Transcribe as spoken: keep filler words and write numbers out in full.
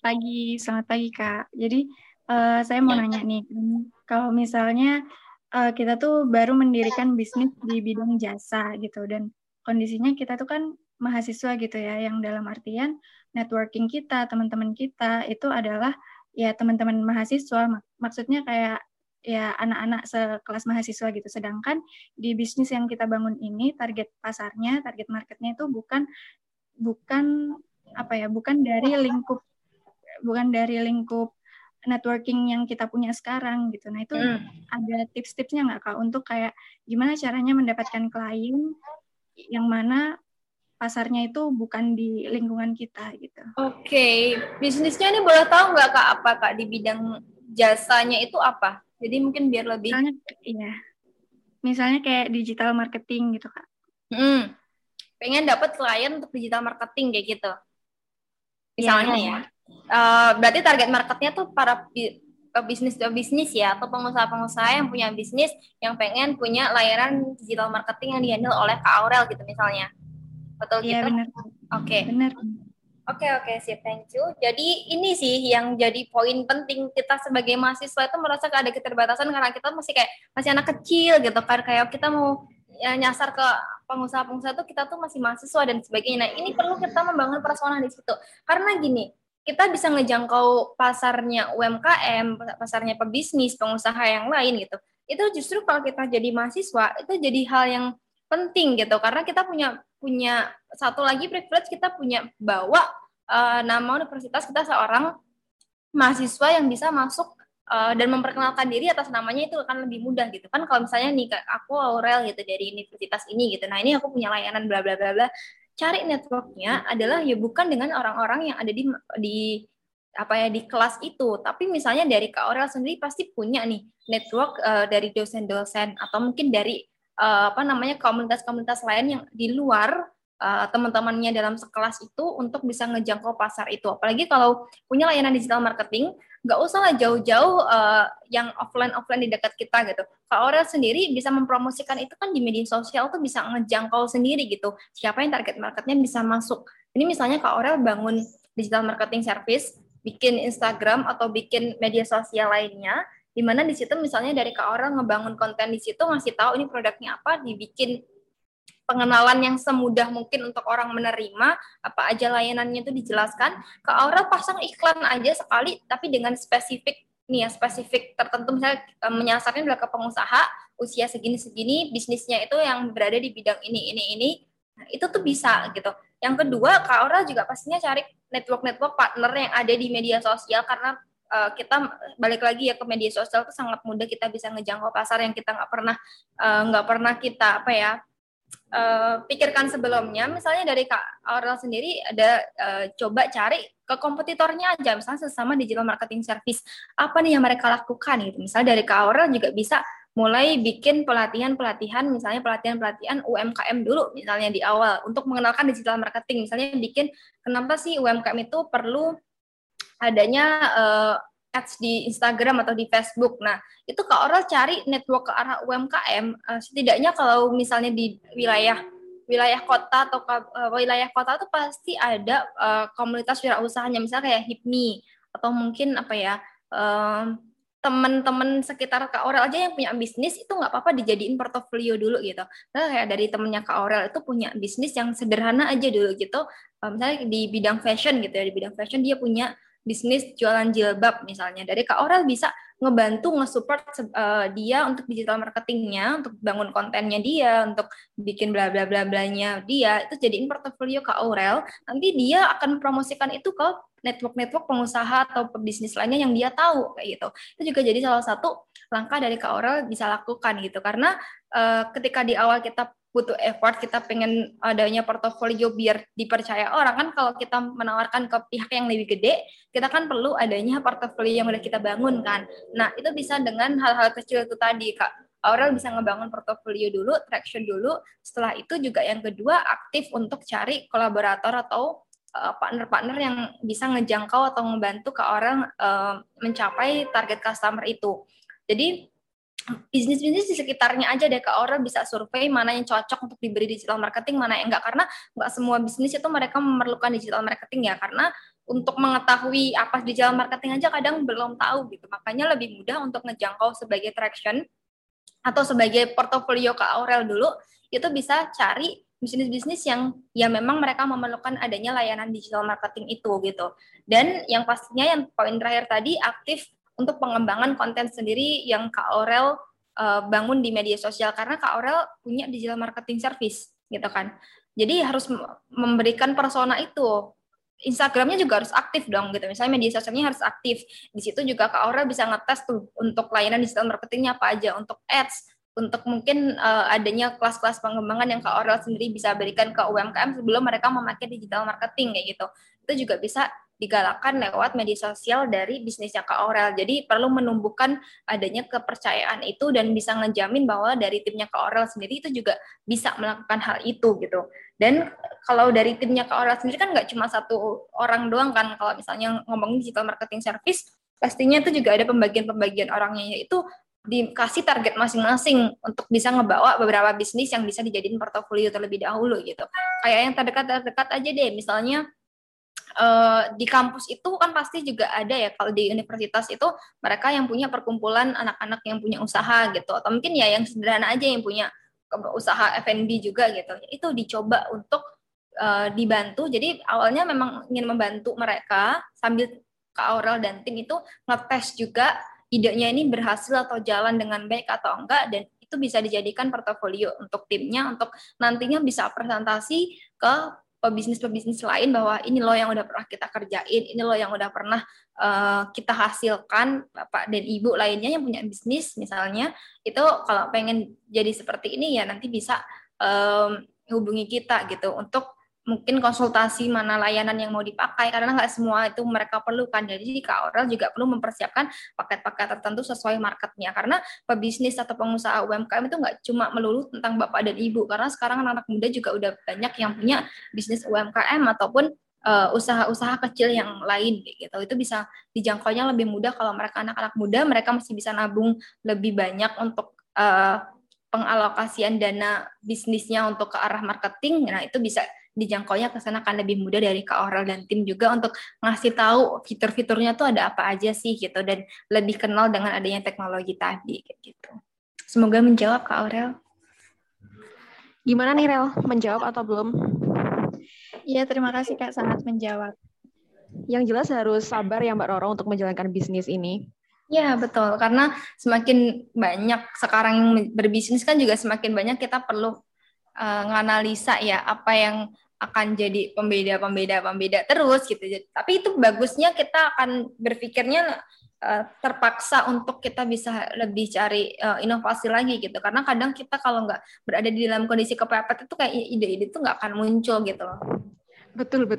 pagi, selamat pagi Kak. Jadi uh, saya mau nanya nih, kalau misalnya uh, kita tuh baru mendirikan bisnis di bidang jasa gitu, dan kondisinya kita tuh kan mahasiswa gitu ya, yang dalam artian networking kita, teman-teman kita itu adalah ya teman-teman mahasiswa, mak- maksudnya kayak ya anak-anak sekelas mahasiswa gitu. Sedangkan di bisnis yang kita bangun ini target pasarnya, target marketnya itu bukan bukan apa ya, bukan dari lingkup bukan dari lingkup networking yang kita punya sekarang gitu. Nah itu Hmm. ada tips-tipsnya nggak Kak untuk kayak gimana caranya mendapatkan klien yang mana pasarnya itu bukan di lingkungan kita gitu. Oke, okay. Bisnisnya ini boleh tahu nggak Kak apa Kak di bidang jasanya itu apa? Jadi mungkin biar lebih. Misalnya, iya, misalnya kayak digital marketing gitu Kak. Hmm. Pengen dapat klien untuk digital marketing kayak gitu. Misalnya ya. Uh, berarti target marketnya tuh para bisnis ke bisnis ya, atau pengusaha-pengusaha yang punya bisnis yang pengen punya layanan digital marketing yang dihandle oleh Kak Aurel gitu misalnya. Betul Iya gitu? benar. Oke. Okay. Benar. Oke, okay, oke, okay, sip, thank you. Jadi ini sih yang jadi poin penting kita sebagai mahasiswa itu merasa ada keterbatasan karena kita masih kayak masih anak kecil gitu kan, kayak kita mau ya, nyasar ke pengusaha-pengusaha itu kita tuh masih mahasiswa dan sebagainya. Nah, ini perlu kita membangun persona di situ. Karena gini, kita bisa ngejangkau pasarnya U M K M, pasarnya pebisnis, pengusaha yang lain gitu. Itu justru kalau kita jadi mahasiswa, itu jadi hal yang penting gitu karena kita punya punya satu lagi privilege, kita punya bawa uh, nama universitas kita seorang mahasiswa yang bisa masuk uh, dan memperkenalkan diri atas namanya itu akan lebih mudah gitu kan. Kalau misalnya nih aku Aurel gitu dari universitas ini gitu, nah ini aku punya layanan bla bla bla bla, cari networknya adalah ya bukan dengan orang-orang yang ada di di apa ya di kelas itu, tapi misalnya dari Kak Aurel sendiri pasti punya nih network uh, dari dosen-dosen atau mungkin dari uh, apa namanya komunitas-komunitas lain yang di luar uh, teman-temannya dalam sekelas itu untuk bisa ngejangkau pasar itu. Apalagi kalau punya layanan digital marketing, nggak usah lah jauh-jauh uh, yang offline-offline di dekat kita gitu. Kak Aurel sendiri bisa mempromosikan itu kan di media sosial tuh bisa ngejangkau sendiri gitu. Siapa yang target marketnya bisa masuk. Ini misalnya Kak Aurel bangun digital marketing service, bikin Instagram atau bikin media sosial lainnya, di mana di situ misalnya dari Kak Aurel ngebangun konten di situ, ngasih tahu ini produknya apa, dibikin pengenalan yang semudah mungkin untuk orang menerima, apa aja layanannya itu dijelaskan. Kak Aurel pasang iklan aja sekali, tapi dengan spesifik nih ya, spesifik tertentu, misalnya menyasarnya adalah ke pengusaha usia segini-segini, bisnisnya itu yang berada di bidang ini, ini, ini, nah, itu tuh bisa gitu. Yang kedua, Kak Aurel juga pastinya cari network-network partner yang ada di media sosial karena Uh, kita balik lagi ya ke media sosial itu sangat mudah kita bisa ngejangkau pasar yang kita nggak pernah nggak uh, pernah kita apa ya uh, pikirkan sebelumnya. Misalnya dari Kak Aurel sendiri ada uh, coba cari ke kompetitornya aja, misalnya sesama digital marketing service apa nih yang mereka lakukan gitu. Misalnya dari Kak Aurel juga bisa mulai bikin pelatihan-pelatihan, misalnya pelatihan-pelatihan U M K M dulu misalnya di awal untuk mengenalkan digital marketing. Misalnya bikin kenapa sih U M K M itu perlu adanya uh, ads di Instagram atau di Facebook. Nah, itu Kak Aurel cari network ke arah U M K M, uh, setidaknya kalau misalnya di wilayah wilayah kota atau uh, wilayah kota itu pasti ada uh, komunitas wirausahanya, misalnya kayak HIPMI atau mungkin apa ya, uh, teman-teman sekitar Kak Aurel aja yang punya bisnis itu nggak apa-apa dijadiin portofolio dulu gitu. Nah, kayak dari temennya Kak Aurel itu punya bisnis yang sederhana aja dulu gitu. Uh, misalnya di bidang fashion gitu ya, di bidang fashion dia punya bisnis jualan jilbab misalnya. Dari Kak Aurel bisa ngebantu nge-support uh, dia untuk digital marketingnya, untuk bangun kontennya dia, untuk bikin bla bla bla blanya dia, itu jadiin portofolio Kak Aurel. Nanti dia akan promosikan itu ke network-network pengusaha atau pebisnis lainnya yang dia tahu kayak gitu. Itu juga jadi salah satu langkah dari Kak Aurel bisa lakukan gitu. Karena uh, ketika di awal kita butuh effort, kita pengen adanya portofolio biar dipercaya orang kan, kalau kita menawarkan ke pihak yang lebih gede, kita kan perlu adanya portofolio yang udah kita bangun kan. Nah, itu bisa dengan hal-hal kecil itu tadi, Kak. Aurel bisa ngebangun portofolio dulu, traction dulu. Setelah itu juga yang kedua, aktif untuk cari kolaborator atau uh, partner-partner yang bisa ngejangkau atau membantu Kak Aurel uh, mencapai target customer itu. Jadi, bisnis-bisnis di sekitarnya aja deh Kak Aurel bisa survei mana yang cocok untuk diberi digital marketing, mana yang enggak, karena enggak semua bisnis itu mereka memerlukan digital marketing ya, karena untuk mengetahui apa digital marketing aja kadang belum tahu gitu. Makanya lebih mudah untuk ngejangkau sebagai traction atau sebagai portofolio ke Aurel dulu, itu bisa cari bisnis-bisnis yang ya memang mereka memerlukan adanya layanan digital marketing itu gitu. Dan yang pastinya yang poin terakhir tadi, aktif untuk pengembangan konten sendiri yang Kak Aurel uh, bangun di media sosial, karena Kak Aurel punya digital marketing service gitu kan. Jadi harus memberikan persona itu. Instagramnya juga harus aktif dong gitu. Misalnya media sosialnya harus aktif. Di situ juga Kak Aurel bisa ngetes tuh untuk layanan digital marketingnya apa aja, untuk ads, untuk mungkin uh, adanya kelas-kelas pengembangan yang Kak Aurel sendiri bisa berikan ke U M K M sebelum mereka memakai digital marketing kayak gitu. Itu juga bisa digalakkan lewat media sosial dari bisnisnya Kak Aurel. Jadi perlu menumbuhkan adanya kepercayaan itu dan bisa ngejamin bahwa dari timnya Kak Aurel sendiri itu juga bisa melakukan hal itu gitu. Dan kalau dari timnya Kak Aurel sendiri kan nggak cuma satu orang doang kan, kalau misalnya ngomongin digital marketing service, pastinya itu juga ada pembagian-pembagian orangnya, yaitu dikasih target masing-masing untuk bisa ngebawa beberapa bisnis yang bisa dijadiin portofolio terlebih dahulu gitu. Kayak yang terdekat-terdekat aja deh, misalnya Uh, di kampus itu kan pasti juga ada ya, kalau di universitas itu mereka yang punya perkumpulan anak-anak yang punya usaha gitu, atau mungkin ya yang sederhana aja yang punya usaha F and B juga gitu, itu dicoba untuk uh, dibantu. Jadi awalnya memang ingin membantu mereka sambil Kak Aurel dan tim itu ngetes juga idenya ini berhasil atau jalan dengan baik atau enggak, dan itu bisa dijadikan portofolio untuk timnya, untuk nantinya bisa presentasi ke pebisnis-pebisnis lain bahwa ini loh yang udah pernah kita kerjain, ini loh yang udah pernah uh, kita hasilkan, Bapak dan Ibu lainnya yang punya bisnis misalnya, itu kalau pengen jadi seperti ini ya nanti bisa um, hubungi kita gitu untuk mungkin konsultasi mana layanan yang mau dipakai, karena nggak semua itu mereka perlukan. Jadi Kak Aurel juga perlu mempersiapkan paket-paket tertentu sesuai marketnya, karena pebisnis atau pengusaha U M K M itu nggak cuma melulu tentang Bapak dan Ibu, karena sekarang anak-anak muda juga udah banyak yang punya bisnis U M K M ataupun uh, usaha-usaha kecil yang lain gitu. Itu bisa dijangkaunya lebih mudah kalau mereka anak-anak muda, mereka masih bisa nabung lebih banyak untuk uh, pengalokasian dana bisnisnya untuk ke arah marketing. Nah, itu bisa dijangkaunya ke sana akan lebih mudah dari Kak Aurel dan tim juga untuk ngasih tahu fitur-fiturnya tuh ada apa aja sih gitu, dan lebih kenal dengan adanya teknologi tadi gitu. Semoga menjawab Kak Aurel. Gimana nih Rel, menjawab atau belum? Iya, terima kasih Kak, sangat menjawab. Yang jelas harus sabar ya Mbak Roro untuk menjalankan bisnis ini. Ya betul, karena semakin banyak sekarang yang berbisnis kan juga semakin banyak kita perlu uh, nganalisa ya apa yang akan jadi pembeda-pembeda-pembeda terus gitu. Tapi itu bagusnya kita akan berpikirnya uh, terpaksa untuk kita bisa lebih cari uh, inovasi lagi gitu. Karena kadang kita kalau nggak berada di dalam kondisi kepepet itu kayak ide-ide itu nggak akan muncul gitu loh. Betul, betul.